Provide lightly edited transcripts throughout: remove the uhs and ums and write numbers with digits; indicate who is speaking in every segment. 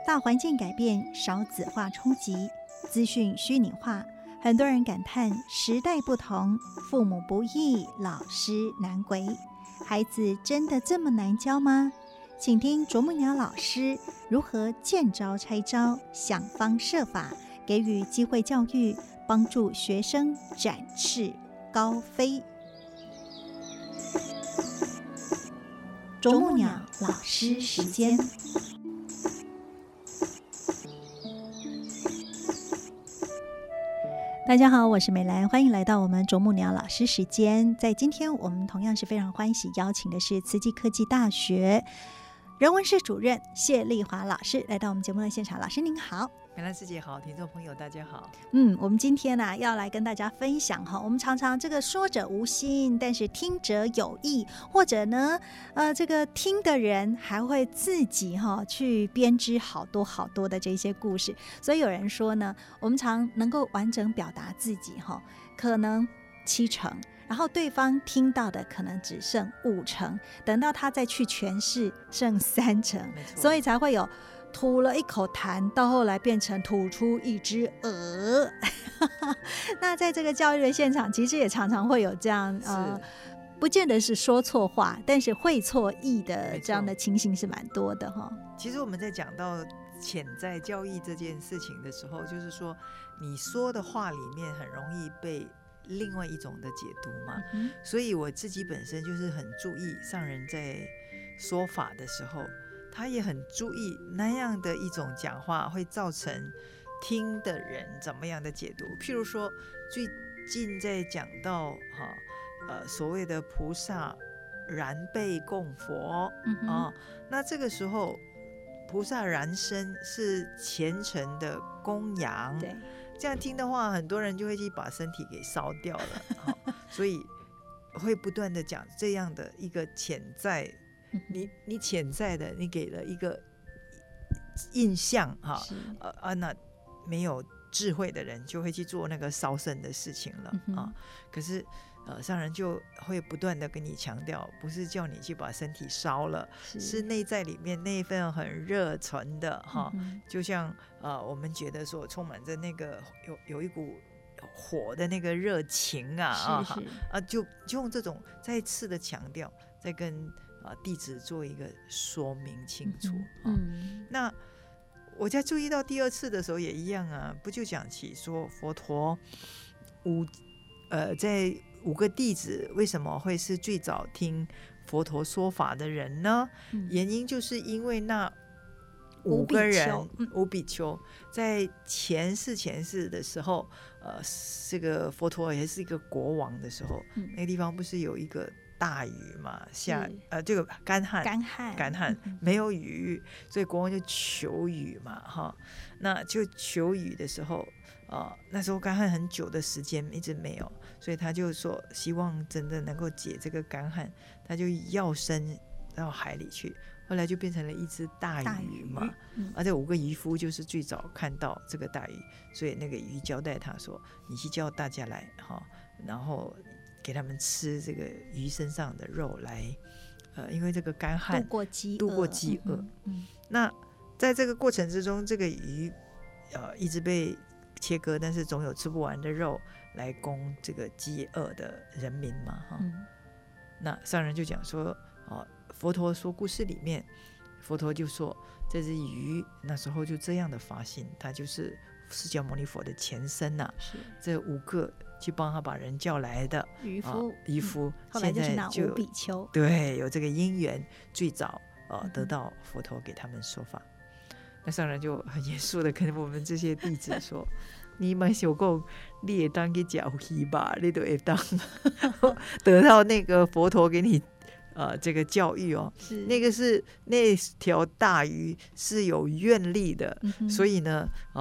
Speaker 1: 大环境改变，少子化冲击，资讯虚拟化，很多人感叹时代不同，父母不易，老师难为。孩子真的这么难教吗？请听啄木鸟老师如何见招拆招，想方设法给予机会教育，帮助学生展翅高飞。啄木鸟老师时间。大家好，我是美兰，欢迎来到我们啄木鸟老师时间。在今天我们同样是非常欢喜邀请的是慈济科技大学人文室主任谢丽华老师来到我们节目的现场。老师您好。
Speaker 2: 美兰师姐好，听众朋友大家好。
Speaker 1: 我们今天呢要来跟大家分享哈，我们常常这个说者无心，但是听者有意，或者呢这个听的人还会自己去编织好多好多的这些故事。所以有人说呢，我们常能够完整表达自己可能7成，然后对方听到的可能只剩5成，等到他再去诠释剩3成，所以才会有吐了一口痰，到后来变成吐出一只鹅。那在这个教育的现场，其实也常常会有这样不见得是说错话，但是会错意的这样的情形是蛮多的哈。
Speaker 2: 其实我们在讲到潜在教育这件事情的时候，就是说你说的话里面很容易被另外一种的解读嘛，所以我自己本身就是很注意上人在说法的时候，他也很注意那样的一种讲话会造成听的人怎么样的解读。譬如说最近在讲到所谓的菩萨燃被供佛那这个时候菩萨燃身是虔诚的供养，对，这样听的话很多人就会去把身体给烧掉了所以会不断的讲这样的一个潜在你潜在的你给了一个印象那没有智慧的人就会去做那个烧身的事情了可是上人就会不断的跟你强调，不是叫你去把身体烧了，是内在里面那一份很热忱的就像我们觉得说充满着那个有一股火的那个热情就用这种再次的强调，再跟弟子做一个说明清楚那我在注意到第2次的时候也一样不就讲起说佛陀在5个弟子为什么会是最早听佛陀说法的人呢？原因就是因为那5个人5比丘在前世的时候这个佛陀也是一个国王的时候那个地方不是有一个大雨嘛，这个干旱没有雨，所以国王就求雨嘛那就求雨的时候那时候干旱很久的时间一直没有，所以他就说希望真的能够解这个干旱，他就要伸到海里去，后来就变成了一只大鱼嘛而这5个渔夫就是最早看到这个大鱼，所以那个鱼交代他说你去叫大家来然后给他们吃这个鱼身上的肉来因为这个干旱度过饥饿那在这个过程之中，这个鱼一直被切割，但是总有吃不完的肉来供这个饥饿的人民嘛那上人就讲说佛陀说故事里面，佛陀就说这只鱼那时候就这样的发心，它就是释迦牟尼佛的前身这5个去帮他把人叫来的渔夫
Speaker 1: 后来就是那5比丘，
Speaker 2: 对，有这个因缘最早得到佛陀给他们说法那上人就很严肃的跟我们这些弟子说你们想说你也当去吃鱼吧，你都会当得到那个佛陀给你这个教育那个是那条大鱼是有愿力的所以呢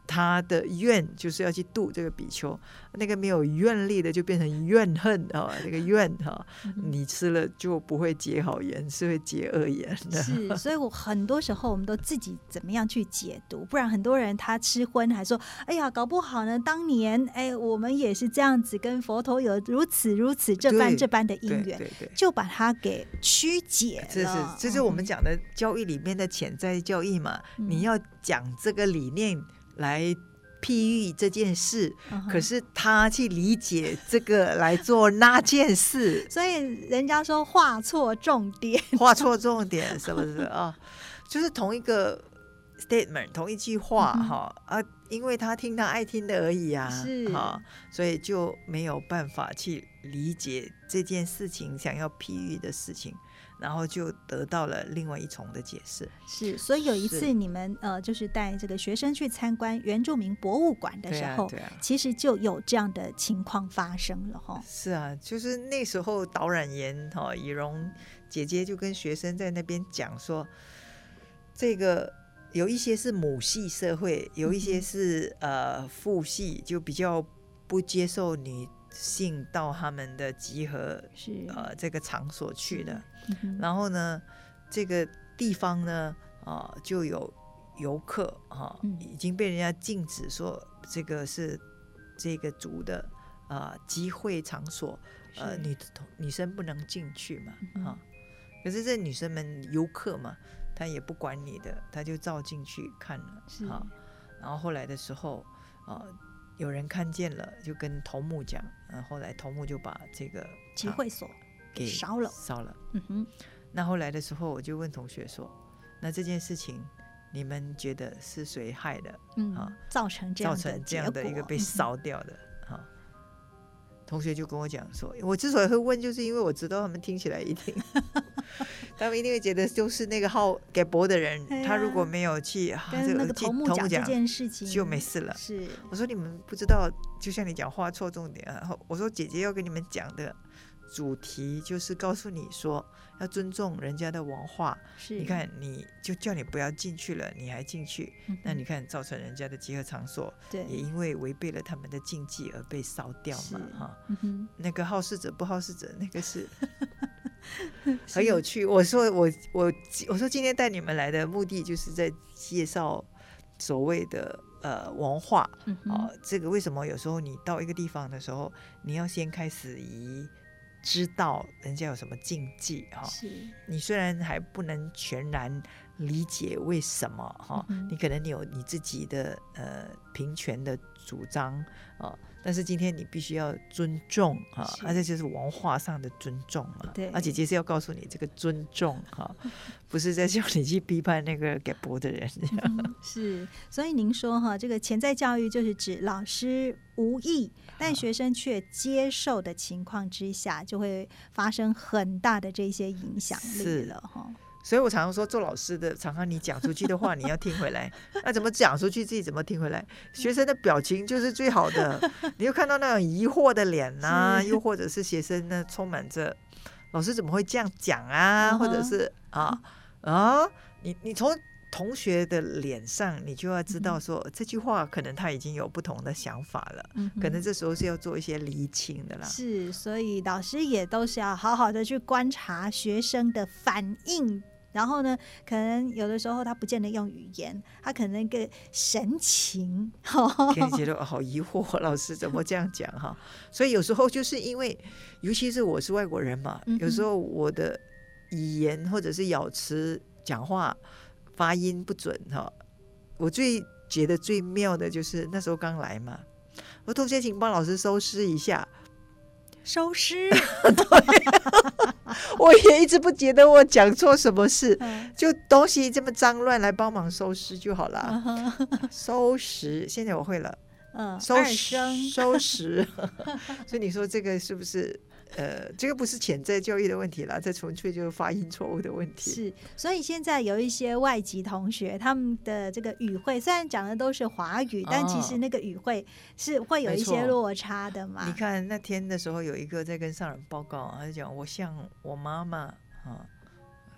Speaker 2: 他的愿就是要去度这个比丘，那个没有愿力的就变成怨恨那个怨你吃了就不会结好缘，是会结恶缘的。
Speaker 1: 是，所以我很多时候我们都自己怎么样去解读，不然很多人他吃荤还说，哎呀，搞不好呢，当年我们也是这样子跟佛陀有如此这般的因缘，就把它给曲解了。
Speaker 2: 这是我们讲的教义里面的潜在教义嘛，你要讲这个理念来譬喻这件事，可是他去理解这个来做那件事，
Speaker 1: 所以人家说画错重点，
Speaker 2: 画错重点是不是就是同一个 statement 同一句话因为他听他爱听的而已所以就没有办法去理解这件事情想要譬喻的事情，然后就得到了另外一重的解释。
Speaker 1: 是，所以有一次你们就是带这个学生去参观原住民博物馆的时候，其实就有这样的情况发生了
Speaker 2: 是啊，就是那时候导览员以容姐姐就跟学生在那边讲说，这个有一些是母系社会，有一些是父系，就比较不接受女性到他们的集合这个场所去的。然后呢，这个地方呢就有游客已经被人家禁止说这个是这个族的集会场所，女生不能进去嘛可是这女生们游客嘛，她也不管你的，她就照进去看了然后后来的时候有人看见了，就跟头目讲，后来头目就把这个
Speaker 1: 集会所给烧了。
Speaker 2: 那后来的时候我就问同学说，那这件事情你们觉得是谁害的
Speaker 1: 造成这样的
Speaker 2: 一个被烧掉的同学就跟我讲说，我之所以会问，就是因为我知道他们听起来一定他们一定会觉得就是那个号给博的人他如果没有去
Speaker 1: 跟那个头目讲这件事情
Speaker 2: 就没事了。
Speaker 1: 是，
Speaker 2: 我说你们不知道，就像你讲画错重点我说姐姐要跟你们讲的主题就是告诉你说要尊重人家的文化。你看你就叫你不要进去了，你还进去那你看造成人家的集合场所也因为违背了他们的禁忌而被烧掉嘛那个好事者不好事者那个是很有趣。我说今天带你们来的目的就是在介绍所谓的文化这个为什么有时候你到一个地方的时候，你要先开始知道人家有什么禁忌你虽然还不能全然理解为什么你可能你有你自己的平权的主张但是今天你必须要尊重这就是文化上的尊重嘛。
Speaker 1: 对，
Speaker 2: 姐姐是要告诉你这个尊重不是在叫你去批判那个给博的人
Speaker 1: 是，所以您说这个潜在教育就是指老师无意但学生却接受的情况之下，就会发生很大的这些影响力了
Speaker 2: 所以我常常说做老师的，常常你讲出去的话你要听回来那怎么讲出去自己怎么听回来，学生的表情就是最好的你又看到那种疑惑的脸又或者是学生呢充满着老师怎么会这样讲或者是你从同学的脸上你就要知道说这句话可能他已经有不同的想法了可能这时候是要做一些厘清的啦。
Speaker 1: 是，所以老师也都是要好好的去观察学生的反应，然后呢可能有的时候他不见得用语言，他可能那个神情
Speaker 2: 给你觉得好疑惑老师怎么这样讲所以有时候就是因为尤其是我是外国人嘛有时候我的语言或者是咬词讲话发音不准我觉得最妙的就是那时候刚来嘛，我同学请帮老师收尸一下。
Speaker 1: 收尸
Speaker 2: 对我也一直不觉得我讲错什么事就东西这么脏乱来帮忙收尸就好了收拾现在我会了收拾所以你说这个是不是这个不是潜在教育的问题啦，这纯粹就是发音错误的问题。
Speaker 1: 是，所以现在有一些外籍同学他们的这个语汇虽然讲的都是华语但其实那个语汇是会有一些落差的嘛。
Speaker 2: 你看那天的时候有一个在跟上人报告他就讲我像我妈妈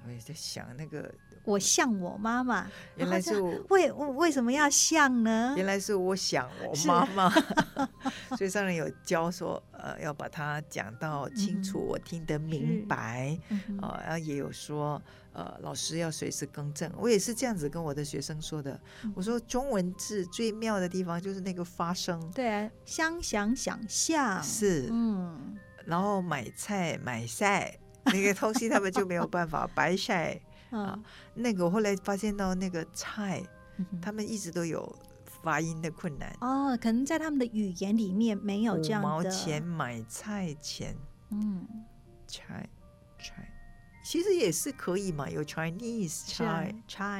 Speaker 2: 我也在想那个
Speaker 1: 我像我妈妈，
Speaker 2: 原来是我
Speaker 1: 为什么要像呢？
Speaker 2: 原来是我想我妈妈，所以上人有教说，要把它讲到清楚，我听得明白，然后也有说，老师要随时更正。我也是这样子跟我的学生说的。我说中文字最妙的地方就是那个发声，
Speaker 1: 对啊，想想象
Speaker 2: 是，然后买菜买菜那个东西他们就没有办法白菜。那个我后来发现到那个菜，他们一直都有发音的困难
Speaker 1: 哦，可能在他们的语言里面没有这样的。5
Speaker 2: 毛钱买菜钱，菜其实也是可以嘛，有 Chinese 菜，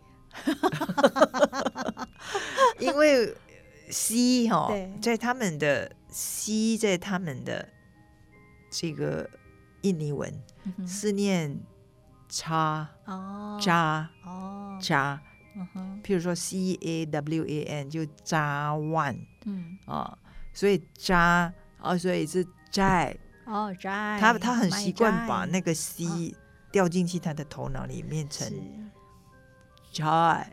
Speaker 2: 因为 C 在他们的 C 在他们的这个印尼文是念渣渣，譬如说 CAWAN 就渣万，所以渣所以是斋
Speaker 1: 斋，
Speaker 2: 他很习惯把那个 C 掉进去他的头脑里面成斋。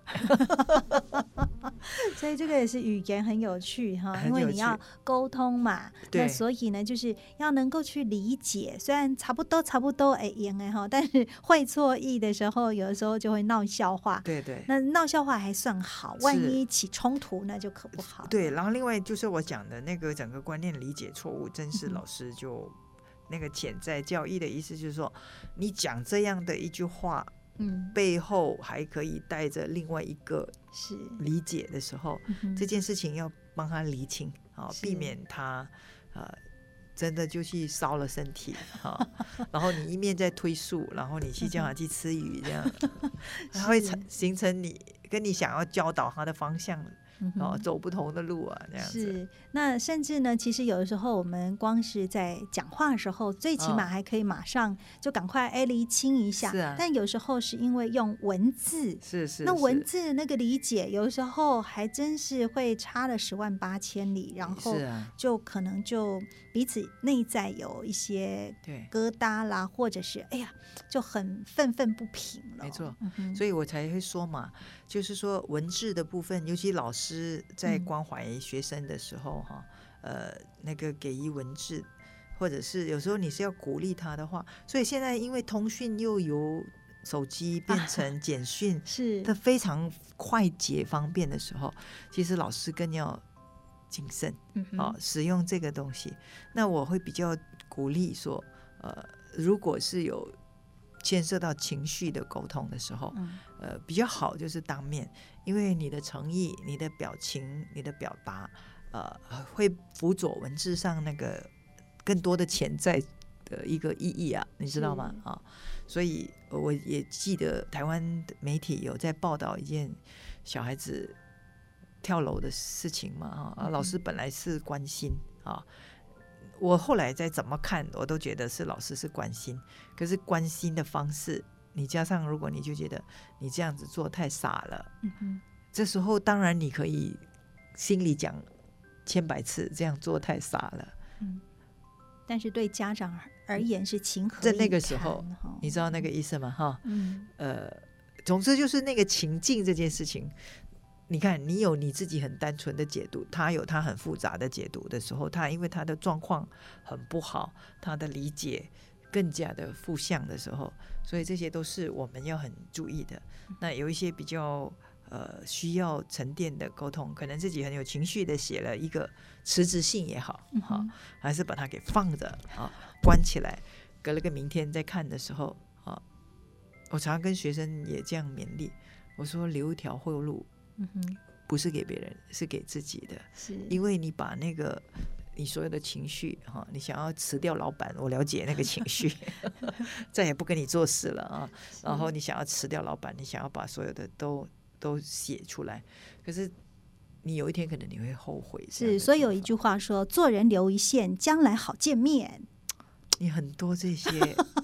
Speaker 1: 所以这个也是语言很有趣哈，因为你要沟通嘛，那所以呢就是要能够去理解，虽然差不多但是会错意的时候，有的时候就会闹笑话。
Speaker 2: 对对，
Speaker 1: 那闹笑话还算好，万一起冲突那就可不好。
Speaker 2: 对，然后另外就是我讲的那个整个观念理解错误，真是老师就那个潜在教义的意思就是说，你讲这样的一句话。背后还可以带着另外一个理解的时候，这件事情要帮他厘清，避免他真的就去烧了身体，然后你一面在推述，然后你去叫他去吃鱼，这样他会形成你跟你想要教导他的方向走不同的路啊，这样子。
Speaker 1: 是，那甚至呢，其实有的时候我们光是在讲话的时候，最起码还可以马上就赶快厘清一下。但有时候是因为用文字，那文字的那个理解，有时候还真是会差了10万8千里，然后就可能就彼此内在有一些疙瘩啦，或者是就很愤愤不平了。
Speaker 2: 没错，所以我才会说嘛，就是说文字的部分，尤其老师在关怀学生的时候那个给予文字，或者是有时候你是要鼓励他的话，所以现在因为通讯又由手机变成简讯，是它非常快捷方便的时候，其实老师更要谨慎使用这个东西。那我会比较鼓励说如果是有牵涉到情绪的沟通的时候，比较好就是当面，因为你的诚意、你的表情、你的表达，会辅佐文字上那个更多的潜在的一个意义啊，你知道吗？所以我也记得台湾的媒体有在报道一件小孩子跳楼的事情嘛，老师本来是关心我后来再怎么看我都觉得是老师是关心，可是关心的方式你加上如果你就觉得你这样子做太傻了，这时候当然你可以心里讲千百次这样做太傻了，
Speaker 1: 但是对家长而言是情何以
Speaker 2: 堪。在那个时候你知道那个意思吗？总之就是那个情境这件事情，你看你有你自己很单纯的解读，他有他很复杂的解读的时候，他因为他的状况很不好，他的理解更加的负向的时候，所以这些都是我们要很注意的。那有一些比较需要沉淀的沟通，可能自己很有情绪的写了一个辞职信也好，还是把它给放着关起来，隔了个明天再看的时候我常常跟学生也这样勉励，我说留一条后路，不是给别人，是给自己的，因为你把那个你所有的情绪你想要辞掉老板，我了解那个情绪再也不跟你做事了然后你想要辞掉老板，你想要把所有的都写出来，可是你有一天可能你会后悔。
Speaker 1: 是，所以有一句话说做人留一线，将来好见面。
Speaker 2: 你很多这些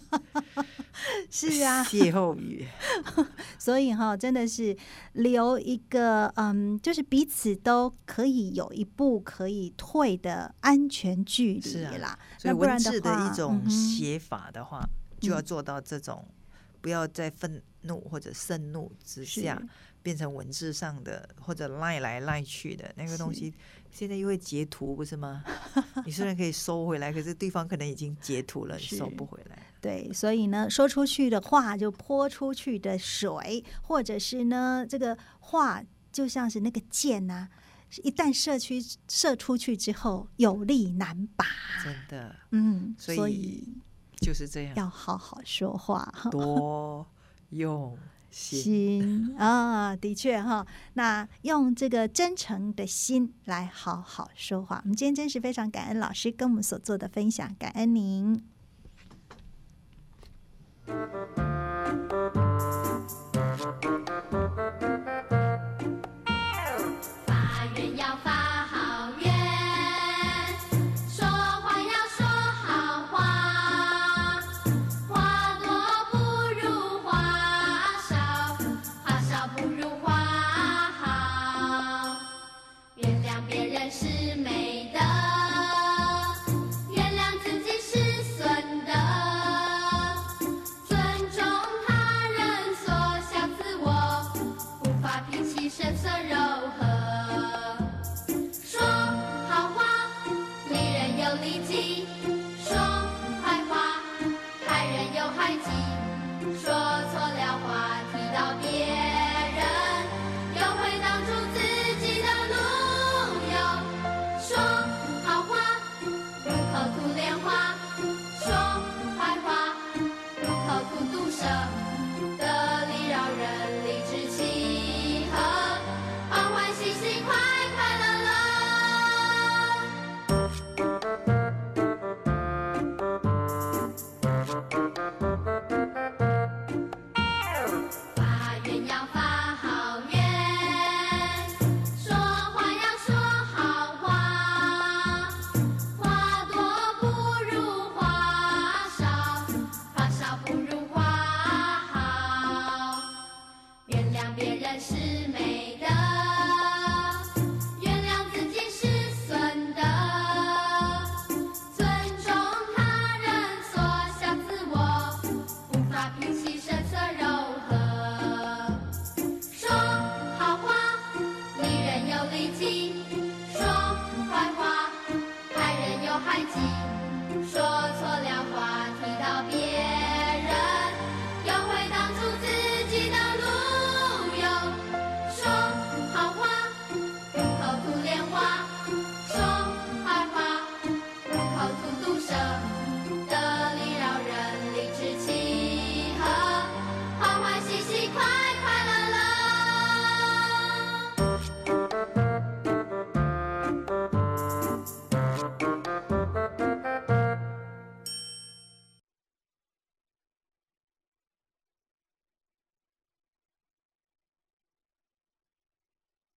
Speaker 1: 是啊，
Speaker 2: 歇后语
Speaker 1: 所以真的是留一个就是彼此都可以有一步可以退的安全距离啦。
Speaker 2: 所以文字的一种写法的话就要做到这种不要在愤怒或者盛怒之下变成文字上的或者赖来赖去的那个东西，现在又会截图不是吗？你虽然可以收回来，可是对方可能已经截图了，你收不回来。
Speaker 1: 对，所以呢，说出去的话就泼出去的水，或者是呢，这个话就像是那个箭啊，一旦射出去之后，有力难拔。
Speaker 2: 真的，
Speaker 1: 所以
Speaker 2: 就是这样，
Speaker 1: 要好好说话，
Speaker 2: 多用
Speaker 1: 心啊，的确哈。那用这个真诚的心来好好说话。我们今天真是非常感恩老师跟我们所做的分享，感恩您。